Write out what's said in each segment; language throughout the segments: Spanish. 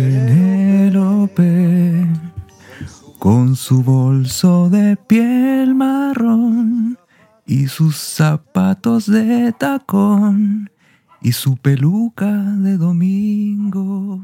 Penélope, con su bolso de piel marrón y sus zapatos de tacón y su peluca de domingo.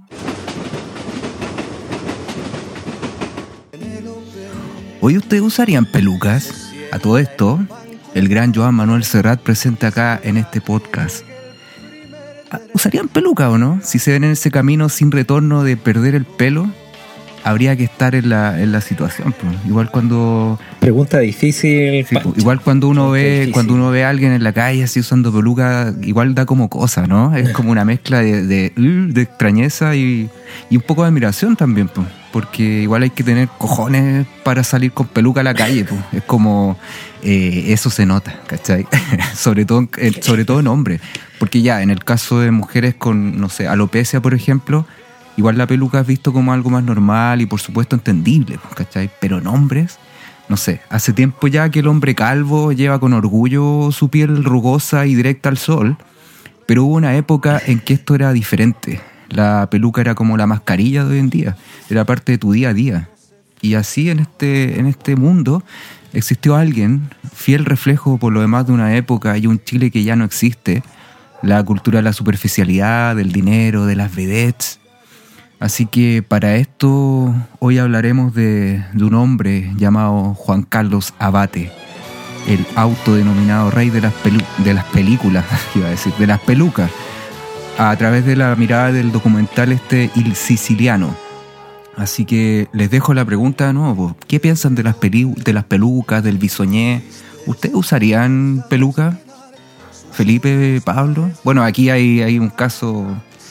Hoy ustedes usarían pelucas. A todo esto, el gran Joan Manuel Serrat presente acá en este podcast. ¿Usarían peluca o no? Si se ven en ese camino sin retorno de perder el pelo, habría que estar en la situación, pues. Igual cuando... Pregunta difícil. Sí, pues, igual cuando uno ve a alguien en la calle así usando peluca, igual da como cosa, ¿no? Es como una mezcla de extrañeza y un poco de admiración también, pues. Porque igual hay que tener cojones para salir con peluca a la calle, pues. Es como... eso se nota, ¿cachai? sobre todo en hombres. Porque ya, en el caso de mujeres con, no sé, alopecia, por ejemplo, igual la peluca es visto como algo más normal y por supuesto entendible, ¿cachai? Pero en hombres, no sé, hace tiempo ya que el hombre calvo lleva con orgullo su piel rugosa y directa al sol, pero hubo una época en que esto era diferente. La peluca era como la mascarilla de hoy en día, era parte de tu día a día. Y así en este mundo existió alguien, fiel reflejo por lo demás de una época y un Chile que ya no existe, la cultura de la superficialidad, del dinero, de las vedettes. Así que para esto hoy hablaremos de un hombre llamado Juan Carlos Abate, el autodenominado rey de las películas, iba a decir, de las pelucas, a través de la mirada del documental Il Siciliano. Así que les dejo la pregunta de nuevo. ¿Qué piensan de las pelucas, del bisoñé? ¿Ustedes usarían peluca? Felipe, Pablo. Bueno, aquí hay un caso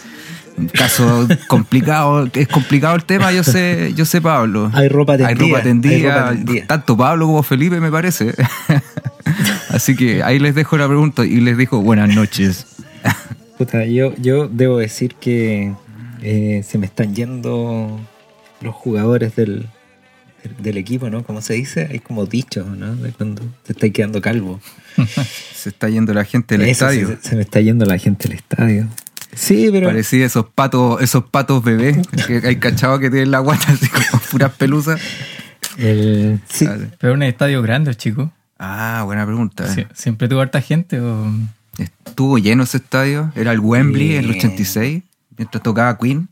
complicado. Es complicado el tema, yo sé, Pablo. Hay ropa tendida. Tanto Pablo como Felipe, me parece. Así que ahí les dejo la pregunta y les digo buenas noches. Puta, yo debo decir que se me están yendo los jugadores del equipo, ¿no? Como se dice, hay como dichos, ¿no? De cuando te estáis quedando calvo. Se está yendo la gente del estadio. Se me está yendo la gente del estadio. Sí, pero... Parecía esos patos bebés que hay cachado que tienen la guata así como puras pelusas. Sí. Pero un estadio grande, chico. Ah, buena pregunta. Sí, ¿siempre tuvo harta gente o...? Estuvo lleno ese estadio. Era el Wembley en el 86, mientras tocaba Queen.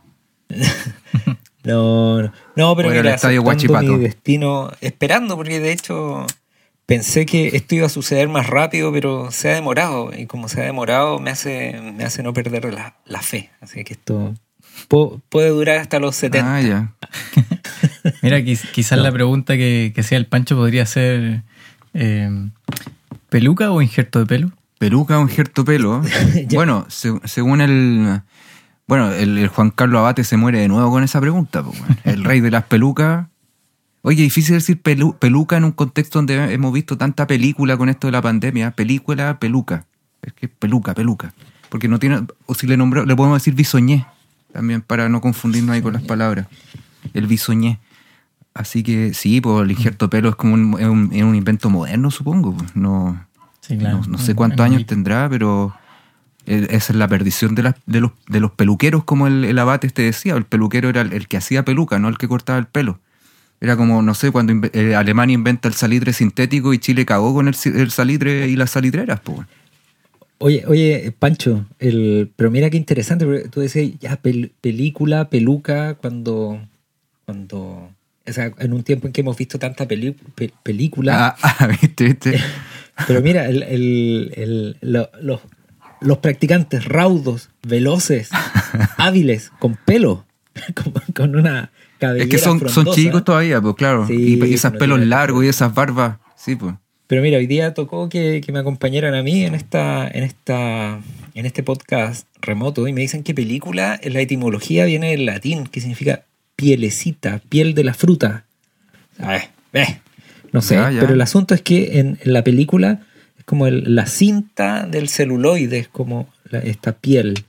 No, pero era el estadio Huachipato. Mi destino, esperando, porque de hecho pensé que esto iba a suceder más rápido, pero se ha demorado, y como se ha demorado me hace no perder la fe, así que esto puede durar hasta los 70. Ah, ya. Mira, quizás la pregunta que hacía el Pancho podría ser ¿peluca o injerto de pelo? ¿Peluca o injerto de pelo? Bueno, según el Juan Carlos Abate se muere de nuevo con esa pregunta, pues, bueno. El rey de las pelucas. Oye, difícil decir peluca en un contexto donde hemos visto tanta película con esto de la pandemia. Peluca. Es que es peluca. Porque no tiene... O si le podemos decir bisoñé también, para no confundirnos ahí con las palabras. El bisoñé. Así que sí, pues el injerto de pelo es como un invento moderno, supongo. Pues. No, sí, claro. No sé cuántos años tendrá, pero... Esa es la perdición de los peluqueros, como el Abate decía. El peluquero era el que hacía peluca, no el que cortaba el pelo. Era como, no sé, cuando Alemania inventa el salitre sintético y Chile cagó con el salitre y las salitreras, pues. Oye, Pancho, pero mira qué interesante, porque tú decías ya peluca, cuando o sea, en un tiempo en que hemos visto tanta película. ¿Viste? Pero mira, los practicantes raudos, veloces, hábiles, con pelo, con una cabellera es que son chicos todavía, pues claro. Sí, y esos pelos largos y esas barbas, sí, pues. Pero mira, hoy día tocó que me acompañaran a mí en este podcast remoto y me dicen que película, en la etimología viene del latín, que significa pielecita, piel de la fruta. No sé, ya. Pero el asunto es que en la película... como la cinta del celuloide, es como esta piel.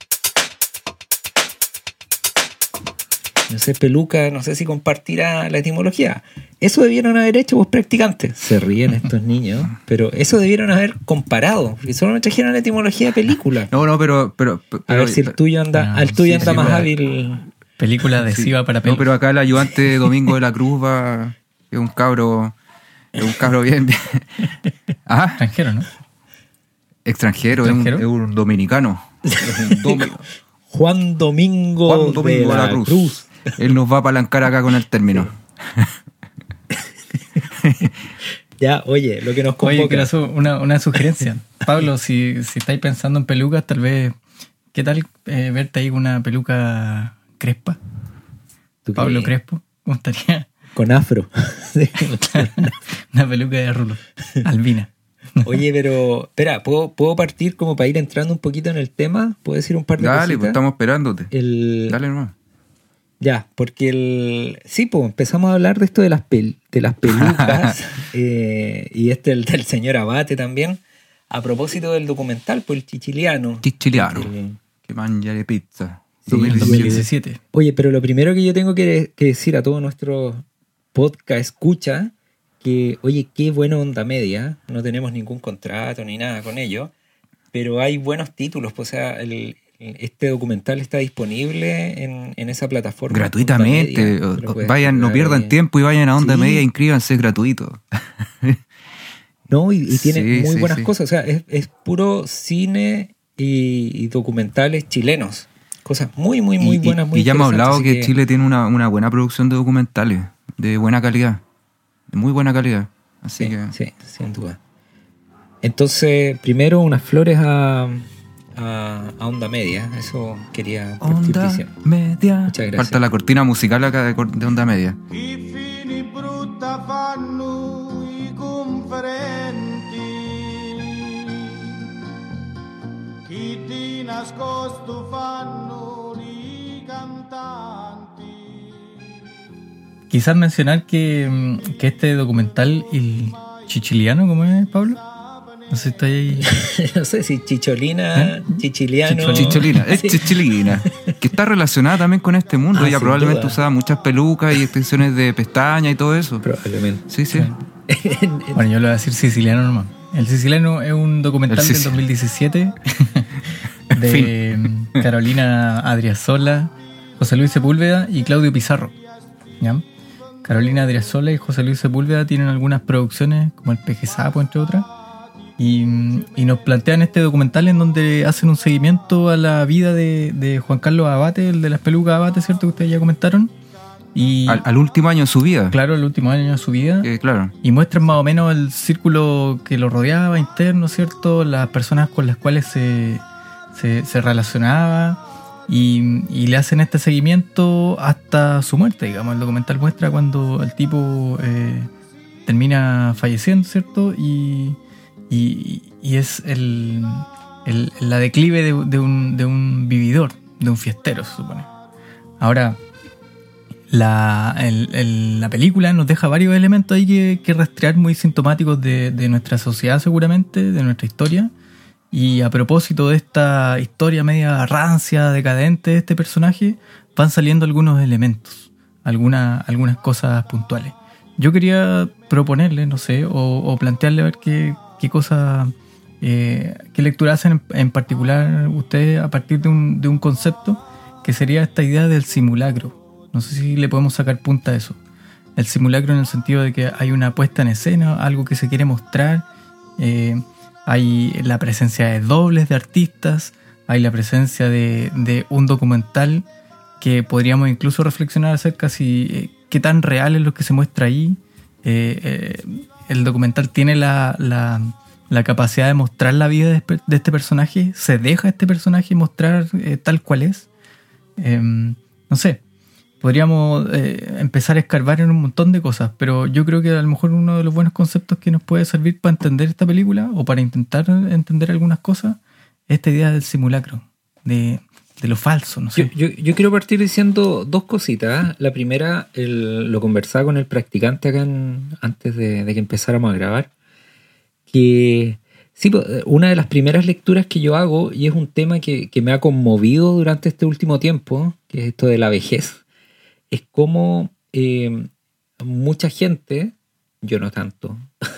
No sé, peluca, no sé si compartirá la etimología. Eso debieron haber hecho vos practicantes. Se ríen estos niños, pero eso debieron haber comparado. Porque solo me trajeron la etimología de película. No, pero a ver si el tuyo anda, más hábil. Película adhesiva para pelos. No, pero acá el ayudante Domingo de la Cruz es un cabro bien. Ajá. Extranjero, ¿no? Extranjero, ¿Extranjero? Es un dominicano. Juan Domingo de la Cruz. Él nos va a apalancar acá con el término. Ya, oye, lo que nos Oye, convoca. quiero hacer una sugerencia. Pablo, si estáis pensando en pelucas, tal vez, ¿qué tal verte ahí con una peluca crespa? ¿Tú Pablo qué? Crespo, ¿cómo estaría? Con afro. Una peluca de rulo, albina. Oye, pero, espera, ¿puedo partir como para ir entrando un poquito en el tema? ¿Puedo decir un par de Dale, cositas? pues estamos esperándote. Dale nomás. Ya, porque sí, pues empezamos a hablar de esto de las pelucas y del señor Abate también, a propósito del documental, pues el Chichiliano. Chichiliano. El- Que mangiare pizza. Sí, 2017. Oye, pero lo primero que yo tengo que decir a todos nuestros podcast escucha, que, oye, qué buena Onda Media, no tenemos ningún contrato ni nada con ellos, pero hay buenos títulos, pues, o sea, este documental está disponible en esa plataforma. Gratuitamente. Onda Media, lo puedes Vayan, no descargar pierdan ahí. tiempo y vayan a Onda Sí. Media, inscríbanse, es gratuito. No, y tiene Sí, muy sí, buenas sí. cosas, o sea, es puro cine y documentales chilenos. Cosas muy, muy, muy buenas, muy y ya hemos interesantes, hablado así que Chile tiene una buena producción de documentales, de buena calidad, de muy buena calidad. Así Sí, que sí, sin duda. Entonces, primero unas flores a Onda Media, eso quería partir Onda diciendo. Media. Muchas gracias. Falta la cortina musical acá de Onda Media. Chi fini brutta fanno i conferenti, chi di nascosto fanno i cantanti. Quizás mencionar que este documental, el Chichiliano, ¿cómo es, Pablo? No sé si está ahí. No sé si Chicholina, Chichiliano. Chicholina, es Sí. Chichilina, que está relacionada también con este mundo. Ella sin probablemente duda. usaba muchas pelucas y extensiones de pestaña y todo eso. Probablemente. Sí, sí. Bueno, yo lo voy a decir siciliano nomás. El Siciliano es un documental El del Siciliano. 2017 de Carolina Adriasola, José Luis Sepúlveda y Claudio Pizarro. ¿Ya? Carolina Adriasola y José Luis Sepúlveda tienen algunas producciones, como El Peje Sapo, entre otras. Y nos plantean este documental en donde hacen un seguimiento a la vida de Juan Carlos Abate, el de las pelucas Abate, ¿cierto? Que ustedes ya comentaron. Y Al último año de su vida. claro, el último año de su vida. Claro. Y muestran más o menos el círculo que lo rodeaba interno, ¿cierto? Las personas con las cuales se relacionaba. Y le hacen este seguimiento hasta su muerte, digamos. El documental muestra cuando el tipo termina falleciendo, ¿cierto? Y es la declive de un vividor, de un fiestero, se supone. Ahora, la película nos deja varios elementos ahí que rastrear muy sintomáticos de nuestra sociedad, seguramente, de nuestra historia. Y a propósito de esta historia media rancia, decadente de este personaje, van saliendo algunos elementos, algunas cosas puntuales. Yo quería proponerle, no sé, o plantearle a ver qué cosas, qué lectura hacen en particular ustedes a partir de un concepto que sería esta idea del simulacro. No sé si le podemos sacar punta a eso. El simulacro en el sentido de que hay una puesta en escena, algo que se quiere mostrar, hay la presencia de dobles de artistas, hay la presencia de un documental que podríamos incluso reflexionar acerca si qué tan real es lo que se muestra ahí. El documental tiene la capacidad de mostrar la vida de este personaje, se deja a este personaje mostrar tal cual es. No sé, podríamos empezar a escarbar en un montón de cosas, pero yo creo que a lo mejor uno de los buenos conceptos que nos puede servir para entender esta película o para intentar entender algunas cosas es esta idea del simulacro, de lo falso, no sé. Yo quiero partir diciendo dos cositas. La primera, lo conversaba con el practicante acá antes de que empezáramos a grabar, que sí, una de las primeras lecturas que yo hago, y es un tema que me ha conmovido durante este último tiempo, que es esto de la vejez, es cómo mucha gente, yo no tanto,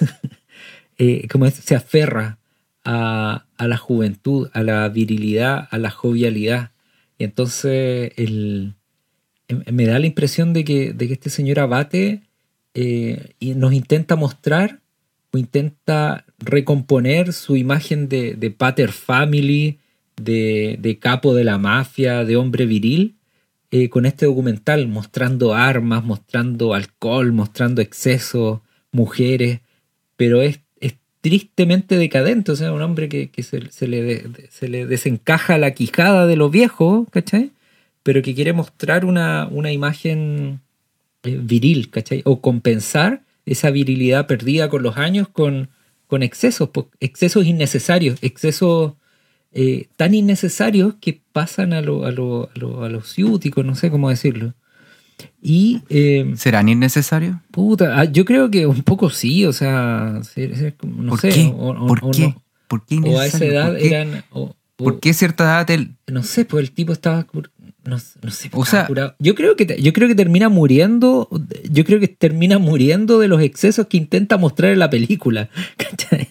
como se aferra a la juventud, a la virilidad, a la jovialidad. Y entonces me da la impresión de que este señor Abate y nos intenta mostrar o intenta recomponer su imagen de pater family, de capo de la mafia, de hombre viril, con este documental, mostrando armas, mostrando alcohol, mostrando excesos, mujeres, pero es tristemente decadente, o sea, un hombre que se le desencaja la quijada de lo viejo, ¿cachai? Pero que quiere mostrar una imagen viril, ¿cachai? O compensar esa virilidad perdida con los años con excesos, excesos innecesarios, excesos tan innecesarios que pasan a los ciúticos, no sé cómo decirlo. Y ¿serán innecesarios? Puta, yo creo que un poco sí, o sea, no sé. ¿Qué? ¿Por qué? ¿Por qué innecesario? O a esa edad eran... ¿Por qué cierta edad no sé, pues el tipo estaba... No sé, o sea, curado. Yo creo que termina muriendo. Yo creo que termina muriendo de los excesos que intenta mostrar en la película. ¿Cachai?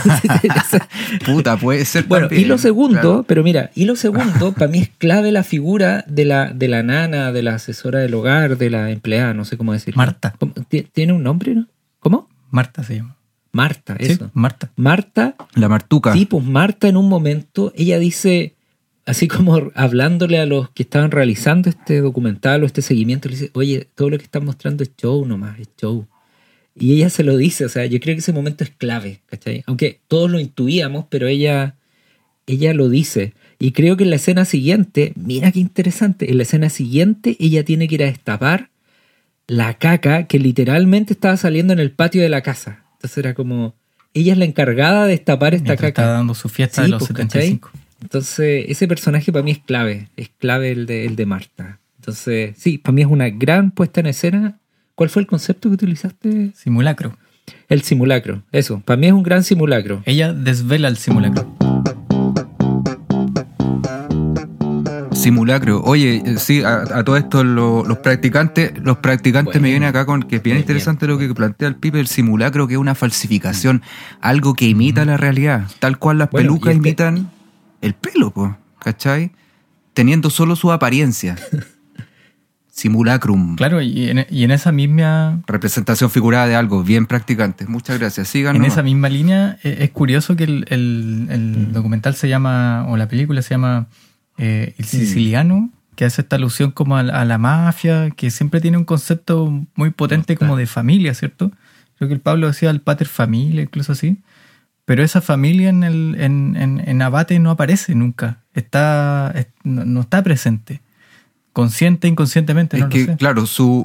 Puta, puede ser. Bueno, también, y lo segundo, claro. Pero mira, para mí es clave la figura de la nana, de la asesora del hogar, de la empleada, no sé cómo decirlo. Marta. ¿Tiene un nombre, no? ¿Cómo? Marta se llama. Marta, Sí, eso. Marta. Marta. La Martuca. Sí, pues Marta en un momento, ella dice, así como hablándole a los que estaban realizando este documental o este seguimiento, le dice, oye, todo lo que están mostrando es show nomás, es show. Y ella se lo dice, o sea, yo creo que ese momento es clave, ¿cachai? Aunque todos lo intuíamos, pero ella lo dice. Y creo que en la escena siguiente, mira qué interesante, en la escena siguiente ella tiene que ir a destapar la caca que literalmente estaba saliendo en el patio de la casa. Entonces era como, ella es la encargada de destapar esta Mientras caca. estaba dando su fiesta de los 75. ¿cachai? Entonces, ese personaje para mí es clave el de Marta. Entonces, sí, para mí es una gran puesta en escena. ¿Cuál fue el concepto que utilizaste? Simulacro. El simulacro, eso. Para mí es un gran simulacro. Ella desvela el simulacro. Simulacro. Oye, sí, a todo esto los practicantes Bueno, me vienen acá con que es bien interesante lo que plantea el Pipe, el simulacro, que es una falsificación, algo que imita la realidad, tal cual las Bueno, pelucas y imitan el pelo, pues, ¿cachai? Teniendo solo su apariencia. Simulacrum. Claro, y en esa misma... Representación figurada de algo, bien practicante. Muchas gracias. Sigan En nomás. esa misma línea, es curioso que el documental se llama, o la película se llama El Siciliano, que hace esta alusión como a la mafia, que siempre tiene un concepto muy potente como de familia, ¿cierto? Creo que el Pablo decía el pater familia, incluso así. Pero esa familia en Abate no aparece nunca. No está presente. Consciente, inconscientemente, Es no que, lo sé. claro, su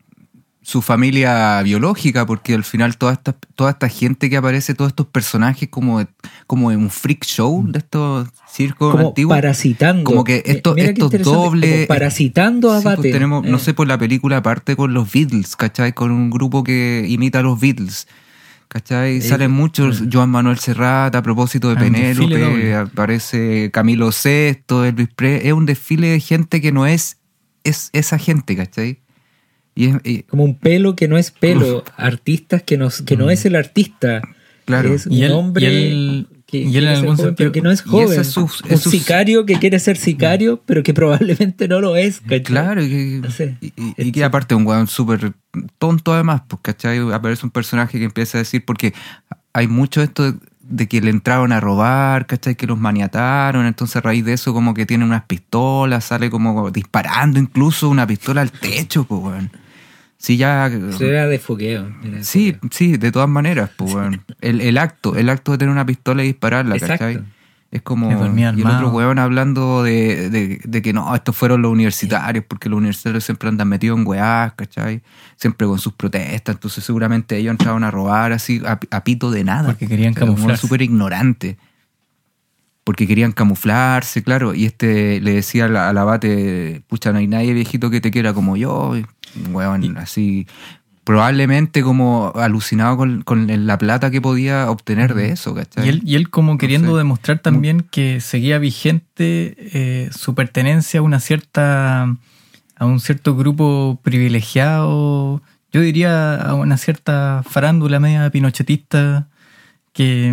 familia biológica, porque al final toda esta gente que aparece, todos estos personajes como en un freak show de estos circos Como antiguos. parasitando. Como que estos Mira qué interesante, dobles. como parasitando a Sí, pues Abate. tenemos, no sé, pues la película parte con los Beatles, ¿cachai? Con un grupo que imita a los Beatles. ¿Cachai? Salen muchos, Joan Manuel Serrat, a propósito de Un desfile Penélope, doble. aparece Camilo Sesto, Elvis Presley. Es un desfile de gente que no es esa gente, ¿cachai? Y Como un pelo que no es pelo. Artistas que no es el artista. Claro. Es Y un él- hombre y él- que y él quiere en ser algún joven, pero sentido- que no es y joven. ese es su- Un sicario que quiere ser sicario, pero que probablemente no lo es. ¿cachai? claro, y No sé. que aparte un weón súper tonto además, pues, ¿cachai? Aparece un personaje que empieza a decir, porque hay mucho esto de que le entraron a robar, ¿cachai? Que los maniataron, entonces a raíz de eso como que tiene unas pistolas, sale como disparando incluso una pistola al techo, pues, weón. Sí, ya... Eso era de fogueo. era de Sí, fogueo. sí, de todas maneras, pues, weón. El acto de tener una pistola y dispararla, Exacto. ¿cachai? Es como... Que dormía Y el armado. otro weón hablando de que no, estos fueron los universitarios, porque los universitarios siempre andan metidos en weás, ¿cachai? Siempre con sus protestas, entonces seguramente ellos entraron a robar así a pito de nada. Porque querían Era un weón camuflarse. súper ignorante. Porque querían camuflarse, claro. Y le decía al abate, pucha, no hay nadie viejito que te quiera como yo. Y, weón, así... Probablemente como alucinado con la plata que podía obtener de eso, ¿cachai? Y él como queriendo sé. demostrar también que seguía vigente su pertenencia a un cierto grupo privilegiado, yo diría a una cierta farándula media pinochetista que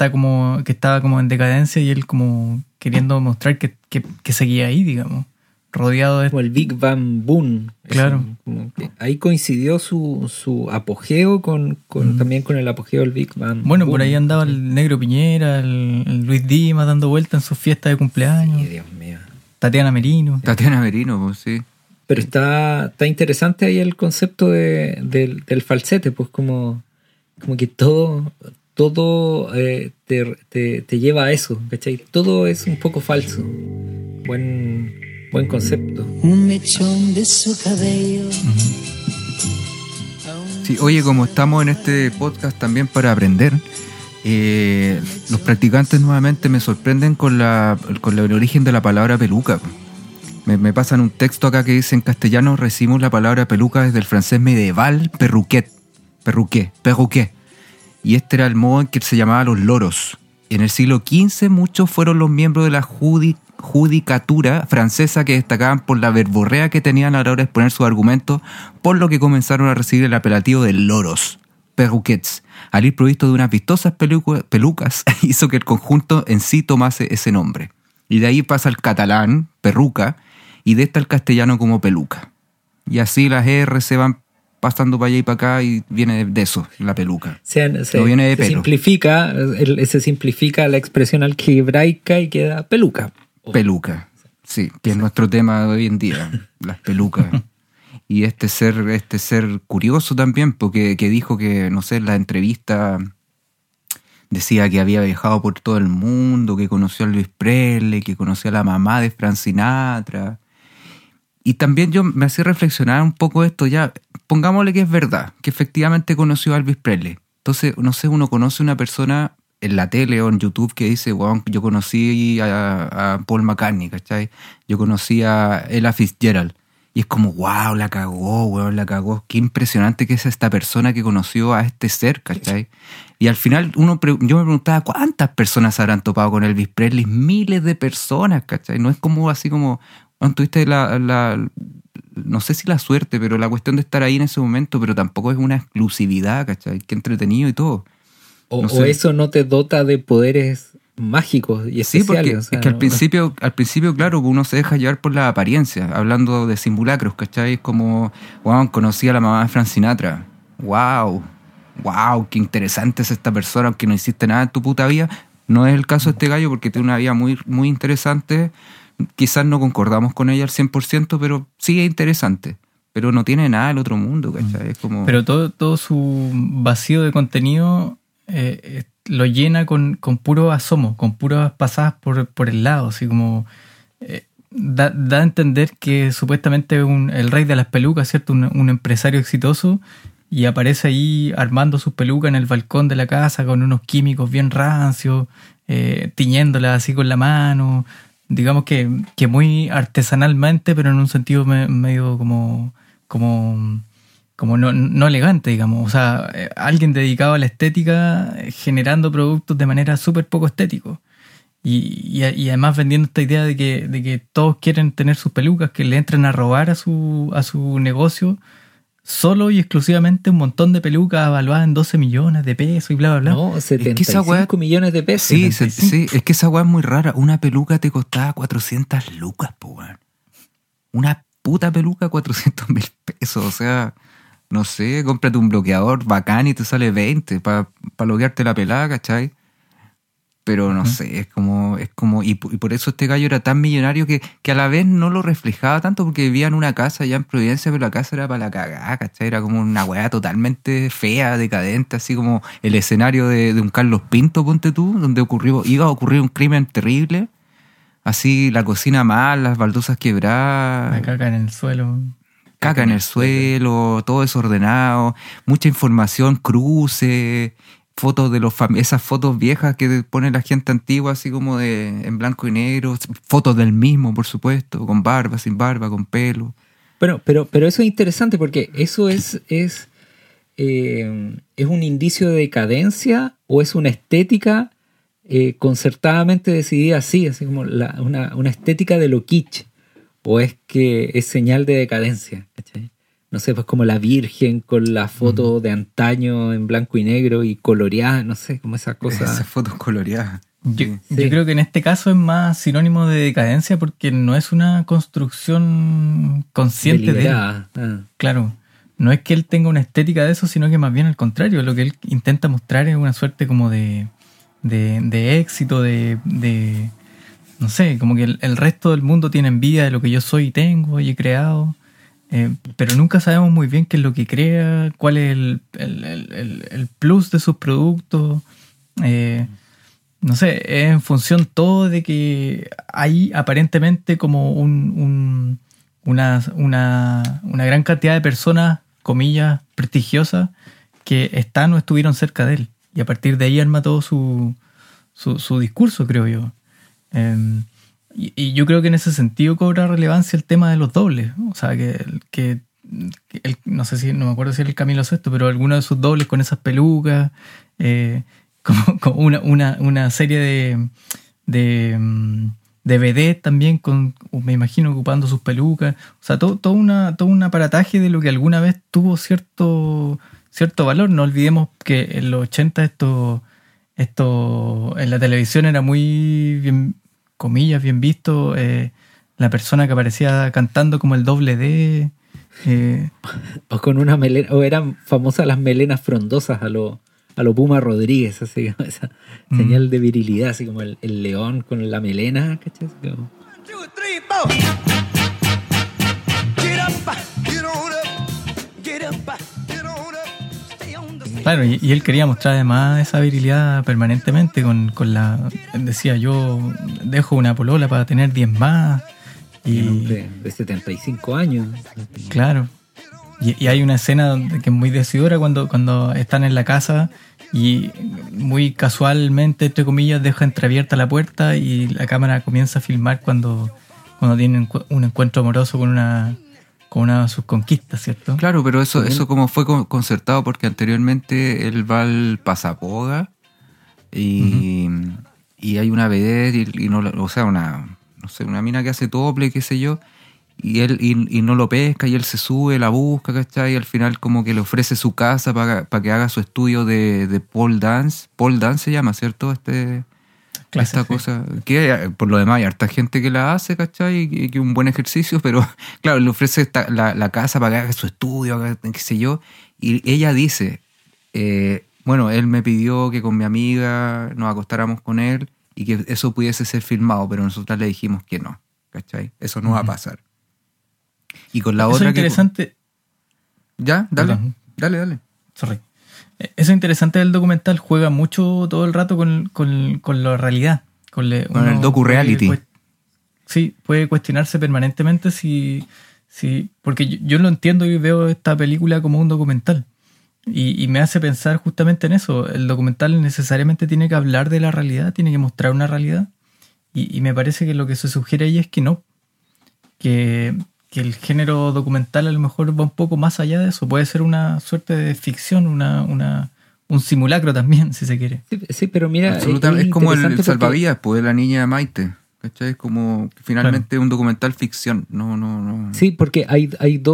estaba como en decadencia, y él como queriendo mostrar que seguía ahí, digamos. rodeado de... Como el Big Bang Boom. Claro. Como que ahí coincidió su apogeo también con el apogeo del Big Bang Bueno, Boom. por ahí andaba el Negro Piñera, el Luis Dimas dando vueltas en sus fiestas de cumpleaños. Sí, Dios mío. Tatiana Merino. Tatiana Merino, pues sí. Pero está interesante ahí el concepto del falsete, pues como que todo te lleva a eso, ¿cachai? Todo es un poco falso. Buen concepto. Un mechón de su cabello. Sí, oye, como estamos en este podcast también para aprender, los practicantes nuevamente me sorprenden con el origen de la palabra peluca. Me pasan un texto acá que dice: en castellano recibimos la palabra peluca desde el francés medieval perruquet, y este era el modo en que se llamaba los loros. En el siglo XV muchos fueron los miembros de la judicatura francesa que destacaban por la verborrea que tenían a la hora de exponer sus argumentos, por lo que comenzaron a recibir el apelativo de loros, perruquets. Al ir provisto de unas vistosas pelucas, hizo que el conjunto en sí tomase ese nombre. Y de ahí pasa al catalán, perruca, y de esta al castellano como peluca. Y así las R se van pasando para allá y para acá y viene de eso, la peluca. No viene de pelo. Se simplifica la expresión algebraica y queda peluca. Peluca, sí, que es nuestro tema de hoy en día, las pelucas. Y este ser curioso también, porque que dijo que, no sé, en la entrevista decía que había viajado por todo el mundo, que conoció a Elvis Presley, que conoció a la mamá de Frank Sinatra. Y también yo me hacía reflexionar un poco esto ya. Pongámosle que es verdad, que efectivamente conoció a Elvis Presley. Entonces, no sé, uno conoce a una persona en la tele o en YouTube que dice: wow, yo conocí a Paul McCartney, ¿cachai? Yo conocí a Ella Fitzgerald. Y es como: wow, la cagó, weón, la cagó. Qué impresionante que es esta persona que conoció a este ser, ¿cachai? Y al final yo me preguntaba: ¿cuántas personas habrán topado con Elvis Presley? Miles de personas, ¿cachai? No es como así como... Bueno, tuviste no sé si la suerte, pero la cuestión de estar ahí en ese momento, pero tampoco es una exclusividad, ¿cachai? Qué entretenido y todo. O eso no te dota de poderes mágicos y especiales. Sí, porque o sea, es que al principio, claro, uno se deja llevar por la apariencia, hablando de simulacros, ¿cachai? Es como: wow, conocí a la mamá de Frank Sinatra. Wow, qué interesante es esta persona, aunque no hiciste nada en tu puta vida. No es el caso de este gallo, porque tiene una vida muy, muy interesante. Quizás no concordamos con ella al 100%, pero sí es interesante. Pero no tiene nada del otro mundo, ¿cachai? Es como... Pero todo su vacío de contenido lo llena con puro asomo, con puras pasadas por el lado, así como... Da a entender que supuestamente es el rey de las pelucas, ¿cierto? Un empresario exitoso, y aparece ahí armando sus pelucas en el balcón de la casa con unos químicos bien rancios, tiñéndolas así con la mano... Digamos que muy artesanalmente, pero en un sentido medio como no elegante, digamos. O sea, alguien dedicado a la estética generando productos de manera súper poco estético. Y además vendiendo esta idea de que todos quieren tener sus pelucas, que le entren a robar a su negocio solo y exclusivamente un montón de pelucas evaluadas en 12 millones de pesos y bla, bla, bla. No, 75 millones de pesos. Sí, sí, es que esa weá es muy rara. Una peluca te costaba 400 lucas, po, weón. Una puta peluca, 400.000 pesos. O sea, no sé, cómprate un bloqueador bacán y te sale 20 para bloquearte la pelada, ¿cachai? Pero no sé, es como y por eso este gallo era tan millonario que a la vez no lo reflejaba tanto, porque vivía en una casa allá en Providencia, pero la casa era para la cagada, ¿cachai? Era como una weá totalmente fea, decadente, así como el escenario de un Carlos Pinto, ponte tú, donde iba a ocurrir un crimen terrible, así la cocina mal, las baldosas quebradas, La caca en el suelo. Caca en el suelo, todo desordenado, mucha información, cruce, fotos de esas fotos viejas que pone la gente antigua, así como en blanco y negro, fotos del mismo, por supuesto, con barba, sin barba, con pelo. Pero eso es interesante, porque eso es un indicio de decadencia, o es una estética concertadamente decidida así como una estética de lo kitsch, o es que es señal de decadencia, ¿cachai? No sé, pues como la Virgen con la foto de antaño en blanco y negro y coloreada, no sé, como esa cosa. Esas fotos coloreadas. Yo creo que en este caso es más sinónimo de decadencia porque no es una construcción consciente de él. Claro, no es que él tenga una estética de eso, sino que más bien al contrario, lo que él intenta mostrar es una suerte como de éxito, de no sé, como que el resto del mundo tiene envidia de lo que yo soy y tengo y he creado, pero nunca sabemos muy bien qué es lo que crea, cuál es el plus de sus productos. No sé, es en función todo de que hay aparentemente como una gran cantidad de personas, comillas, prestigiosas, que están o estuvieron cerca de él. Y a partir de ahí arma todo su discurso, creo yo. Y yo creo que en ese sentido cobra relevancia el tema de los dobles. O sea, que no me acuerdo si era el Camilo VI, pero alguno de sus dobles con esas pelucas, como una serie de vedette también, me imagino, ocupando sus pelucas. O sea, todo un aparataje de lo que alguna vez tuvo cierto valor. No olvidemos que en los 80 esto en la televisión era muy bien, comillas, bien visto, la persona que aparecía cantando como el doble D. O con una melena, o eran famosas las melenas frondosas a lo Puma Rodríguez, así como esa señal de virilidad, así como el león con la melena, ¿cachai? Como... Claro, y él quería mostrar además esa virilidad permanentemente con la... Decía, yo dejo una polola para tener 10 más. Y un hombre de 75 años. Claro. Y hay una escena que es muy decidora cuando están en la casa y muy casualmente, entre comillas, deja entreabierta la puerta y la cámara comienza a filmar cuando tienen un encuentro amoroso con una de sus conquistas, ¿cierto? Claro, pero eso como fue concertado porque anteriormente él va al Pasapoga y hay una vedette y no, o sea, una mina que hace tople, qué sé yo, y él y no lo pesca y él se sube, la busca, ¿cachai? Y al final como que le ofrece su casa para que haga su estudio de pole dance. Pole dance se llama, ¿cierto? Esta cosa, que por lo demás hay harta gente que la hace, ¿cachai? Y que un buen ejercicio, pero claro, le ofrece la casa para que haga su estudio, qué sé yo, y ella dice, bueno, él me pidió que con mi amiga nos acostáramos con él y que eso pudiese ser filmado, pero nosotras le dijimos que no, ¿cachai? Eso no va a pasar. Y con la eso otra es interesante. ¿Ya? Dale. Sorry. Eso es interesante del documental, juega mucho todo el rato con la realidad. Con el docu-reality. Sí, puede cuestionarse permanentemente si porque yo lo entiendo y veo esta película como un documental. Y me hace pensar justamente en eso. El documental necesariamente tiene que hablar de la realidad, tiene que mostrar una realidad. Y me parece que lo que se sugiere ahí es que no. Que el género documental a lo mejor va un poco más allá de eso. Puede ser una suerte de ficción, un simulacro también, si se quiere. Sí, pero mira... Absolutamente, es como el Salvavidas, pues, de la niña Maite. ¿Cachai? Es como finalmente un documental ficción. No. Sí, porque hay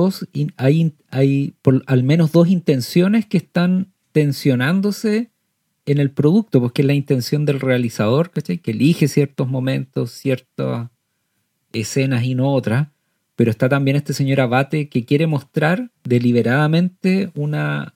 al menos dos intenciones que están tensionándose en el producto, porque es la intención del realizador, ¿cachai? Que elige ciertos momentos, ciertas escenas y no otras. Pero está también este señor Abate que quiere mostrar deliberadamente una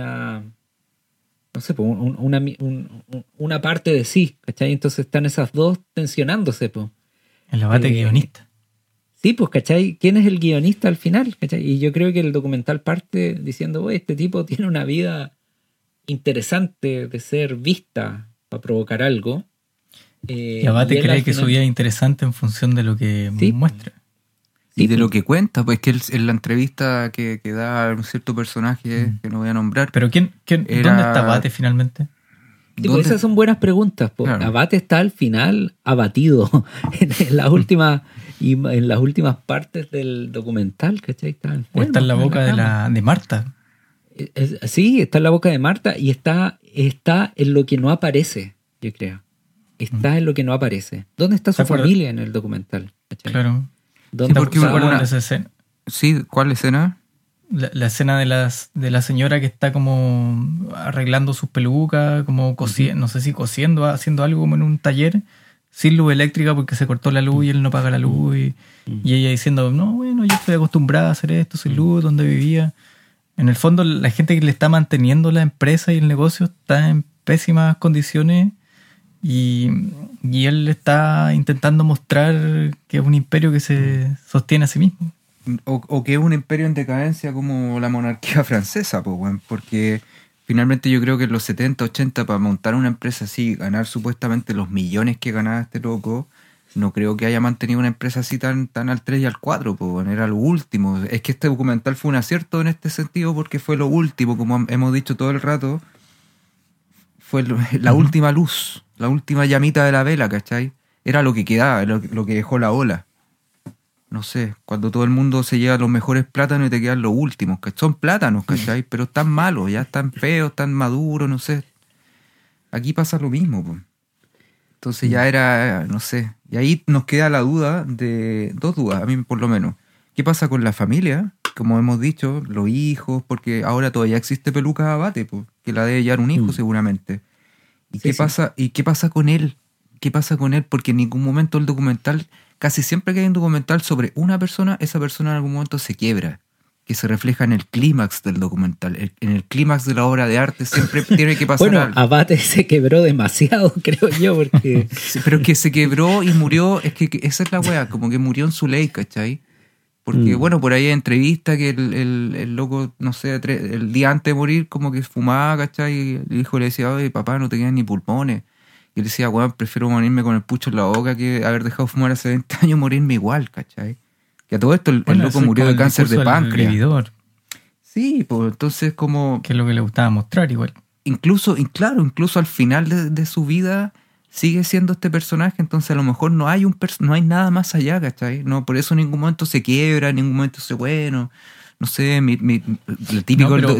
parte de sí, ¿cachai? Entonces están esas dos tensionándose, pues. El Abate guionista. Sí, pues, ¿cachai? ¿Quién es el guionista al final? ¿Cachai? Y yo creo que el documental parte diciendo, este tipo tiene una vida interesante de ser vista para provocar algo. Y Abate cree que su vida es interesante en función de lo que muestra. Y de lo que cuenta, pues que él, en la entrevista que da a un cierto personaje que no voy a nombrar. Pero ¿dónde está Abate finalmente? Pues esas son buenas preguntas. Claro. Abate está al final abatido en las últimas partes del documental, ¿cachai? Está en la boca de Marta. Sí, está en la boca de Marta y está en lo que no aparece, yo creo. Está en lo que no aparece. ¿Dónde está su familia en el documental? ¿Cachai? Claro. Sí, porque esa escena. Sí, ¿cuál escena? la escena de la señora que está como arreglando sus pelucas, como cosiendo, no sé si cosiendo, haciendo algo como en un taller, sin luz eléctrica porque se cortó la luz y él no paga la luz. Y ella diciendo, no, bueno, yo estoy acostumbrada a hacer esto, soy luz, donde vivía. En el fondo, la gente que le está manteniendo la empresa y el negocio está en pésimas condiciones y él está intentando mostrar que es un imperio que se sostiene a sí mismo. O que es un imperio en decadencia como la monarquía francesa, pues, bueno, porque finalmente yo creo que en los 70, 80, para montar una empresa así, ganar supuestamente los millones que ganaba este loco, no creo que haya mantenido una empresa así tan al 3 y al 4, pues, bueno, era lo último. Es que este documental fue un acierto en este sentido porque fue lo último, como hemos dicho todo el rato, fue la última luz, la última llamita de la vela, ¿cachai? Era lo que quedaba, lo que dejó la ola. No sé, cuando todo el mundo se lleva los mejores plátanos y te quedan los últimos, que son plátanos, ¿cachai? Pero están malos, ya están feos, están maduros, no sé. Aquí pasa lo mismo, pues. Entonces ya era, no sé. Y ahí nos queda la duda dos dudas, a mí por lo menos. ¿Qué pasa con la familia? Como hemos dicho, los hijos, porque ahora todavía existe Peluca Abate, pues, que la debe llevar un hijo seguramente. ¿Y qué pasa? ¿Y qué pasa con él? ¿Qué pasa con él? Porque en ningún momento el documental, casi siempre que hay un documental sobre una persona, esa persona en algún momento se quiebra, que se refleja en el clímax del documental. En el clímax de la obra de arte siempre tiene que pasar bueno, algo. Abate se quebró demasiado, creo yo, porque... Sí, pero es que se quebró y murió, es que esa es la weá, como que murió en su ley, ¿cachai? Porque, bueno, por ahí hay entrevistas que el loco, no sé, el día antes de morir como que fumaba, ¿cachai? Y el hijo le decía, oye, papá, no te quedan ni pulmones. Y él decía, weón, prefiero morirme con el pucho en la boca que haber dejado fumar hace 20 años, morirme igual, ¿cachai? Que a todo esto el loco murió de cáncer de páncreas. Sí, pues entonces como... Que es lo que le gustaba mostrar igual. Incluso al final de su vida sigue siendo este personaje, entonces a lo mejor no hay nada más allá, ¿cachai? No, por eso en ningún momento se quiebra, en ningún momento se bueno... No sé, el típico no, pero...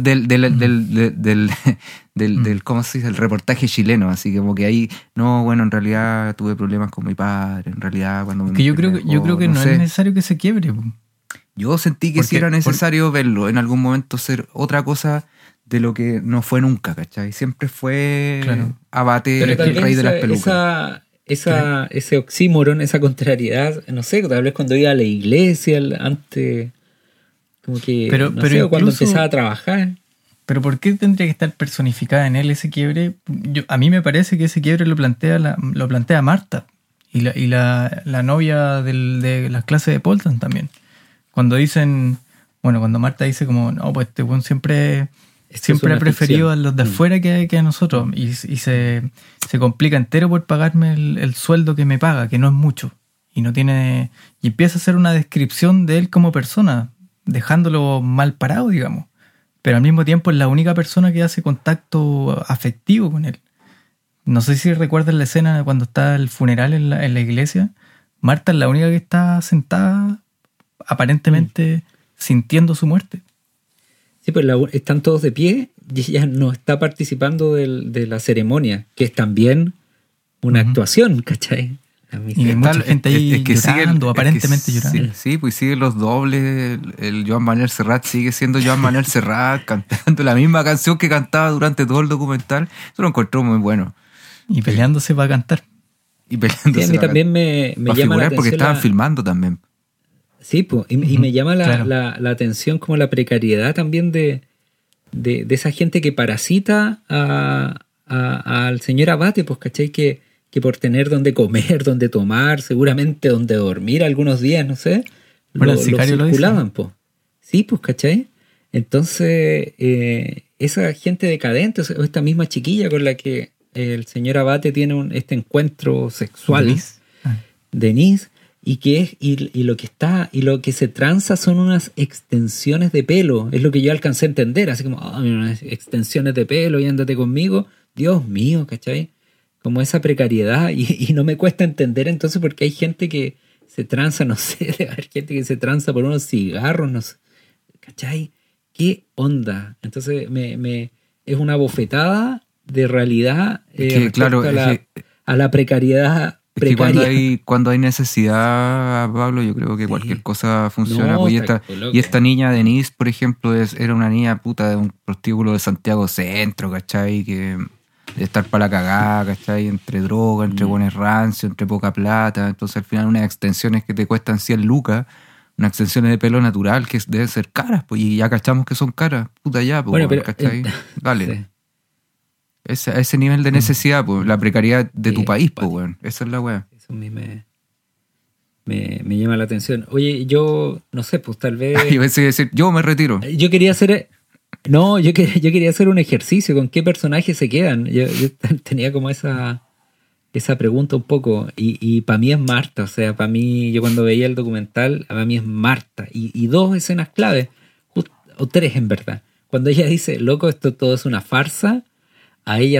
del ¿cómo se dice? El reportaje chileno, así como que ahí, no, bueno, en realidad tuve problemas con mi padre, en realidad cuando me... Que yo creo que no es necesario que se quiebre. Yo sentí que sí era necesario verlo, en algún momento ser otra cosa de lo que no fue nunca, ¿cachai? Siempre fue Abate, el rey de las pelucas. Ese oxímoron, esa contrariedad, no sé, tal vez cuando iba a la iglesia antes... Como que, pero sé, cuando empezaba a trabajar. Pero ¿por qué tendría que estar personificada en él ese quiebre? A mí me parece que ese quiebre lo plantea Marta y la novia de las clases de Poltan también. Cuando dicen, cuando Marta dice como, no, pues este buen siempre ha preferido a los de afuera que a nosotros y se complica entero por pagarme el sueldo que me paga, que no es mucho. Y empieza a hacer una descripción de él como persona, dejándolo mal parado, digamos. Pero al mismo tiempo es la única persona que hace contacto afectivo con él. No sé si recuerdas la escena cuando está el funeral en la iglesia. Marta es la única que está sentada, aparentemente sintiendo su muerte. Sí, pues están todos de pie y ella no está participando de la ceremonia, que es también una actuación, ¿cachai? Y hay mucha gente ahí llorando, aparentemente llorando. Sí, pues sigue los dobles. El Joan Manuel Serrat sigue siendo Joan Manuel Serrat, cantando la misma canción que cantaba durante todo el documental. Eso lo encontró muy bueno. Y peleándose para cantar. Sí, a mí también me llama la atención. Porque estaban filmando también. Sí, pues, y me llama la atención como la precariedad también de esa gente que parasita al señor Abate, pues, ¿cachai? Que por tener donde comer, donde tomar, seguramente donde dormir algunos días, no sé, el sicario lo circulaban, pues. Sí, pues, ¿cachai? Entonces, esa gente decadente, o esta misma chiquilla con la que el señor Abate tiene este encuentro sexual, Denise, y lo que se tranza son unas extensiones de pelo, es lo que yo alcancé a entender, así como, unas extensiones de pelo y ándate conmigo, Dios mío, ¿cachai? Como esa precariedad, y no me cuesta entender entonces porque hay gente que se tranza, no sé, hay gente que se tranza por unos cigarros, no sé, ¿cachai? ¿Qué onda? Entonces es una bofetada de realidad claro, a la precariedad Es que precaria. cuando hay necesidad, Pablo, yo creo que Sí. cualquier cosa funciona. No, Pues, loco. y esta niña Denise, por ejemplo, era una niña puta de un prostíbulo de Santiago Centro, ¿cachai? Que de estar para la cagada, ¿cachai? Entre droga, entre buenos rancios, entre poca plata. Entonces al final unas extensiones que te cuestan 100 lucas, unas extensiones de pelo natural que deben ser caras, pues, y ya cachamos que son caras. Puta ya, pues, Bueno, pero ¿cachai? Vale. sí. A ese nivel de necesidad, pues, la precariedad de tu Sí, país, pues, cuático. weón. Esa es la weá. Eso a mí me llama la atención. Oye, yo no sé, pues tal vez... Yo pensé decir, yo me retiro. Yo quería hacer... No, yo quería hacer un ejercicio. ¿Con qué personajes se quedan? Yo tenía como esa pregunta un poco. Y para mí es Marta. O sea, para mí, yo cuando veía el documental, para mí es Marta. Y dos escenas clave. O tres, en verdad. Cuando ella dice, loco, esto todo es una farsa. A ella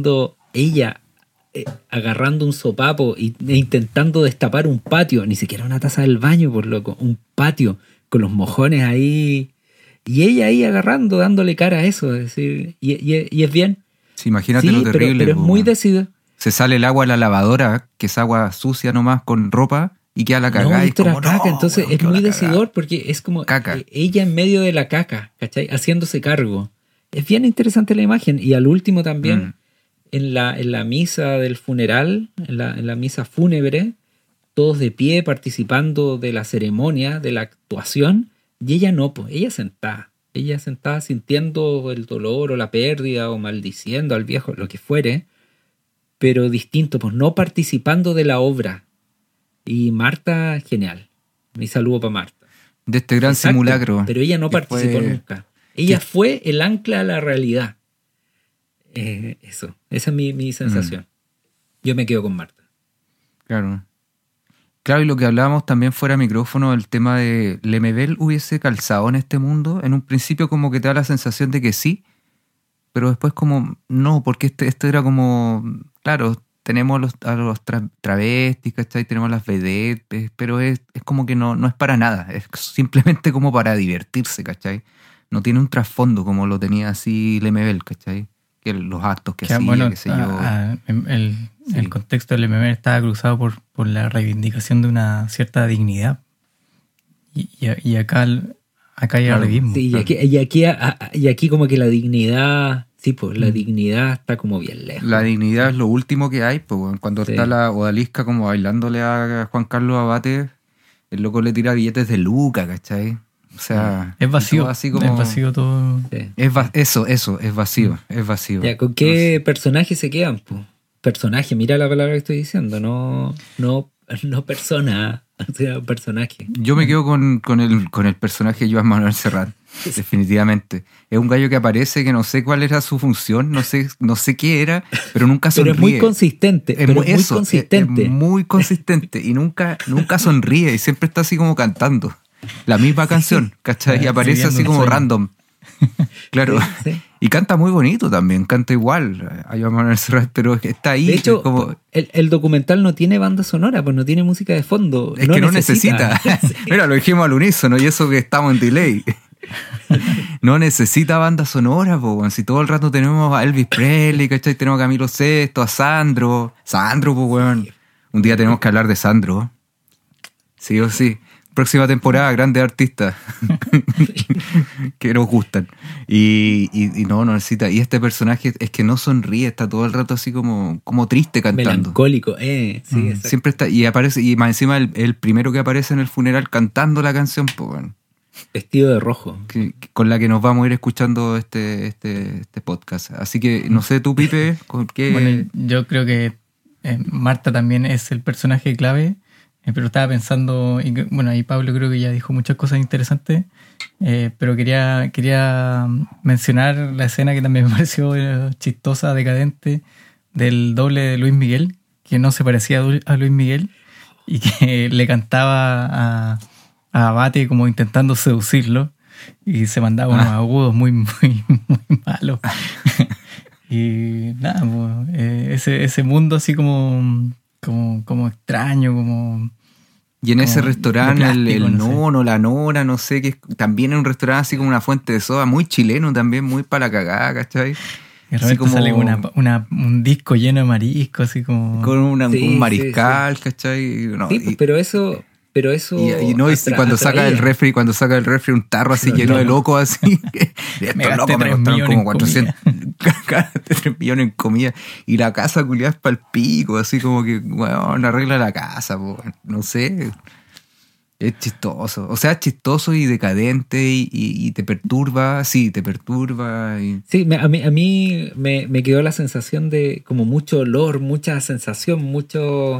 agarrando un sopapo e intentando destapar un patio. Ni siquiera una taza del baño, por loco. Un patio con los mojones ahí... Y ella ahí agarrando, dándole cara a eso. Es decir, y es bien. Sí, imagínate Sí, lo terrible. pero es po, muy weón. decidida. Se sale el agua a la lavadora, que es agua sucia nomás con ropa, y queda la cagada. No, y esto era como, caca. no, Entonces weón, es quedó muy la cagada. decidor porque es como Caca. ella en medio de la caca, ¿cachai? Haciéndose cargo. Es bien interesante la imagen. Y al último también, en la misa del funeral, en la misa fúnebre, todos de pie participando de la ceremonia, de la actuación, y ella no, pues, ella sentada. Ella sentada sintiendo el dolor o la pérdida o maldiciendo al viejo, lo que fuere, pero distinto, pues no participando de la obra. Y Marta, genial. Mi saludo para Marta. De este gran Exacto, simulacro. pero ella no que participó fue- nunca. Ella fue el ancla a la realidad. Eso, esa es mi sensación. Yo me quedo con Marta. Claro. Claro, y lo que hablábamos también fuera de micrófono, el tema de Lemebel hubiese calzado en este mundo. En un principio como que te da la sensación de que sí, pero después como no, porque esto era como, claro, tenemos a los travestis, ¿cachai? Tenemos las vedettes, pero es como que no es para nada, es simplemente como para divertirse, ¿cachai? No tiene un trasfondo como lo tenía así Lemebel, ¿cachai? Que los actos que hacía, bueno, qué sé yo. el contexto del MMR estaba cruzado por la reivindicación de una cierta dignidad. Y acá hay Claro. arribismo. Sí, y aquí como que la dignidad, sí, pues la dignidad está como bien lejos. La dignidad es lo último que hay, pues, weón. Cuando Sí. está la odalisca como bailándole a Juan Carlos Abate, el loco le tira billetes de Luca, ¿cachai? O sea, Es y vacío. todo así como, Es vacío todo. Sí. Eso, es vacío, es vacío. Ya, ¿con qué personajes se quedan? Pues? Personaje, mira la palabra que estoy diciendo, no persona, o sea, personaje. Yo me quedo con el personaje de Joan Manuel Serrat, definitivamente. Es un gallo que aparece que no sé cuál era su función, no sé qué era, pero nunca sonríe. Pero es muy consistente, Es consistente. muy consistente y nunca sonríe y siempre está así como cantando la misma canción, ¿cachai? Y aparece Viviendo así un como sueño. random. Claro. Sí. Y canta muy bonito también, canta igual a Joan Manuel Serrat, pero está ahí. De hecho, es como, el documental no tiene banda sonora, pues no tiene música de fondo. es que no necesita. Sí. Mira, lo dijimos al unísono y eso que estamos en delay. No necesita banda sonora, po, weón. Si todo el rato tenemos a Elvis Presley, ¿cachai? Tenemos a Camilo Sesto, a Sandro, po, weón. Un día tenemos que hablar de Sandro. Sí o sí. Próxima temporada, grandes artistas que nos gustan. Y no necesita. Y este personaje es que no sonríe, está todo el rato así como triste cantando. Melancólico, sí, exacto. Siempre está, y aparece, y más encima el primero que aparece en el funeral cantando la canción, pues, bueno, Vestido de rojo. con la que nos vamos a ir escuchando este podcast. Así que, no sé tú, Pipe, con qué... Bueno, yo creo que Marta también es el personaje clave, pero estaba pensando, bueno, ahí Pablo creo que ya dijo muchas cosas interesantes, pero quería mencionar la escena que también me pareció chistosa, decadente, del doble de Luis Miguel, que no se parecía a Luis Miguel y que le cantaba a Abate como intentando seducirlo y se mandaba unos agudos muy malos. Y nada, pues, ese mundo así como extraño, como... Y en ese como restaurante, de plástico, el no sé. nono, la nora, no sé, que también es un restaurante así como una fuente de soda, muy chileno también, muy para la cagada, ¿cachai? De así repente como sale un disco lleno de mariscos, así como... con Sí, un sí, mariscal, ¿cachai? No, Sí, pero eso y no, y cuando saca del refri un tarro así lleno de locos así. Estos locos me costaron como 400 3 millones en comida. Y la casa culiada es pa'l pico, así como que, weón, arregla la casa, po, no sé. Es chistoso. O sea, es chistoso y decadente y te perturba, sí, te perturba. Sí, a mí me quedó la sensación de como mucho olor, mucha sensación, mucho...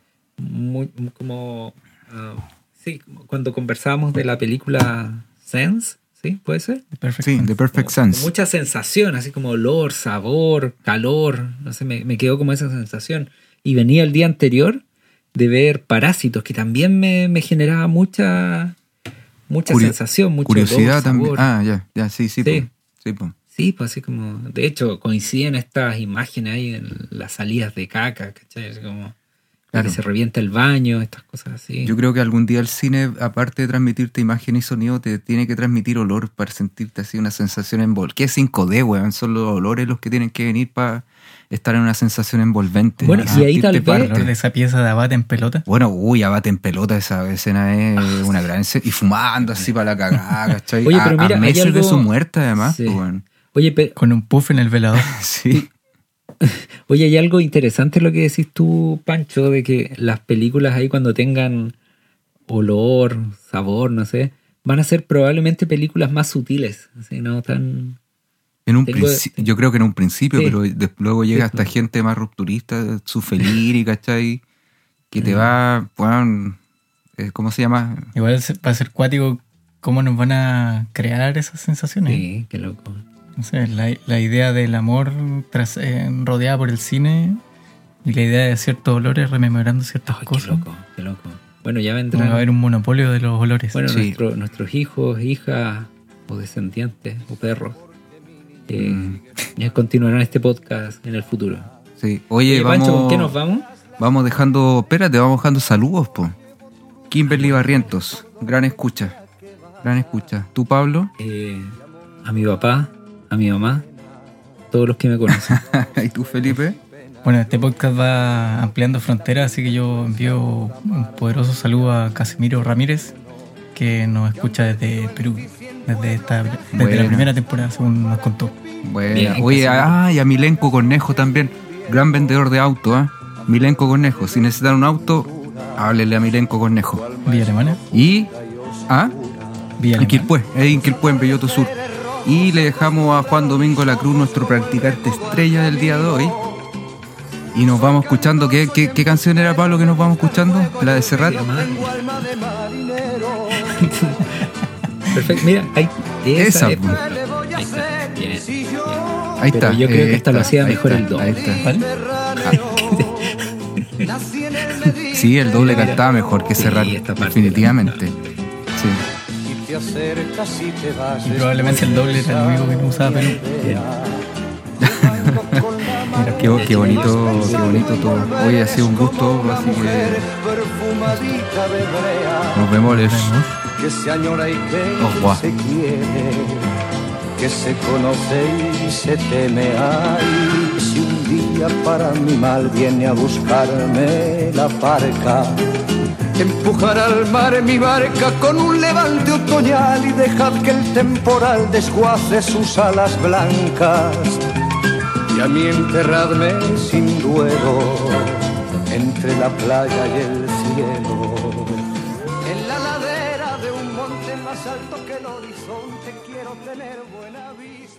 como... sí, como cuando conversábamos de la película Sense, ¿sí? ¿Puede ser? The Perfect Sense. Mucha sensación, así como olor, sabor, calor, no sé, me quedó como esa sensación. Y venía el día anterior de ver Parásitos, que también me generaba mucha sensación, mucho curiosidad olor, también. sabor. Ya, sí. Sí. Po. Sí, pues así como... De hecho, coinciden estas imágenes ahí en las salidas de caca, ¿cachai? Así como... Claro. Que se revienta el baño, estas cosas así. Yo creo que algún día el cine, aparte de transmitirte imagen y sonido, te tiene que transmitir olor para sentirte así una sensación envolvente. ¿Qué es 5D, weón? Son los olores los que tienen que venir para estar en una sensación envolvente. Bueno, y ahí tal vez... El olor de esa pieza de Abate en pelota. Bueno, Abate en pelota, esa escena es una gran escena. Y fumando así para la cagada, ¿cachai? Oye, pero mira, a meses hay algo... de su muerte, además. Sí. Pues, bueno. Oye, pero... Con un puff en el velador. Sí. Oye, hay algo interesante lo que decís tú, Pancho, de que las películas ahí cuando tengan olor, sabor, no sé, van a ser probablemente películas más sutiles, así no tan... Yo creo que en un principio, Sí. pero luego llega hasta gente más rupturista, su feliri, ¿cachai? Que te va, bueno, ¿cómo se llama? Igual va a ser cuático cómo nos van a crear esas sensaciones. Sí, qué loco. No sé, la idea del amor rodeada por el cine y la idea de ciertos olores rememorando ciertas cosas. Qué loco. Bueno, ya Va a vendrán... haber un monopolio de los olores. Bueno, Sí. nuestros hijos, hijas o descendientes o perros ya continuarán este podcast en el futuro. Sí. Oye, vamos... Pancho, ¿con qué nos vamos? Vamos dejando saludos, po. Kimberly Barrientos, gran escucha. ¿Tú, Pablo? A mi papá, a mi mamá, todos los que me conocen. ¿Y tú, Felipe? Bueno, este podcast va ampliando fronteras, así que yo envío un poderoso saludo a Casimiro Ramírez, que nos escucha desde Perú, desde la primera temporada, según nos contó. Bueno, Bien, oye, Casimiro. y a Milenko Cornejo también, gran vendedor de autos, Milenko Cornejo, si necesitan un auto, háblele a Milenko Cornejo. Villa Alemana. Y, Villa en Quilpué, en Quilpué, en Belloto Sur. Y le dejamos a Juan Domingo La Cruz, nuestro practicante estrella del día de hoy. Y nos vamos escuchando. ¿Qué canción era, Pablo, que nos vamos escuchando? La de Serrat. Perfecto, mira, ahí. Esa, es. pues. Ahí está. Bien. Ahí Pero está. yo creo que esta lo hacía ahí mejor está, el doble. ahí está. ¿Vale? Sí, el doble cantaba mejor que Sí, Serrat, esta parte definitivamente. Sí. Te acercas y te vas. Y probablemente el doble era el único que no usaba pelo. Qué bonito todo. Hoy ha sido un gusto, así que Perfumadita de brea, nos vemos. que se añora y que Guau. se quiere, que se conoce y se teme. Ay, si un día para mi mal viene a buscarme la parca, empujar al mar mi barca con un levante otoñal y dejad que el temporal desguace sus alas blancas. Y a mí enterradme sin duelo entre la playa y el cielo, en la ladera de un monte más alto que el horizonte quiero tener buena vista.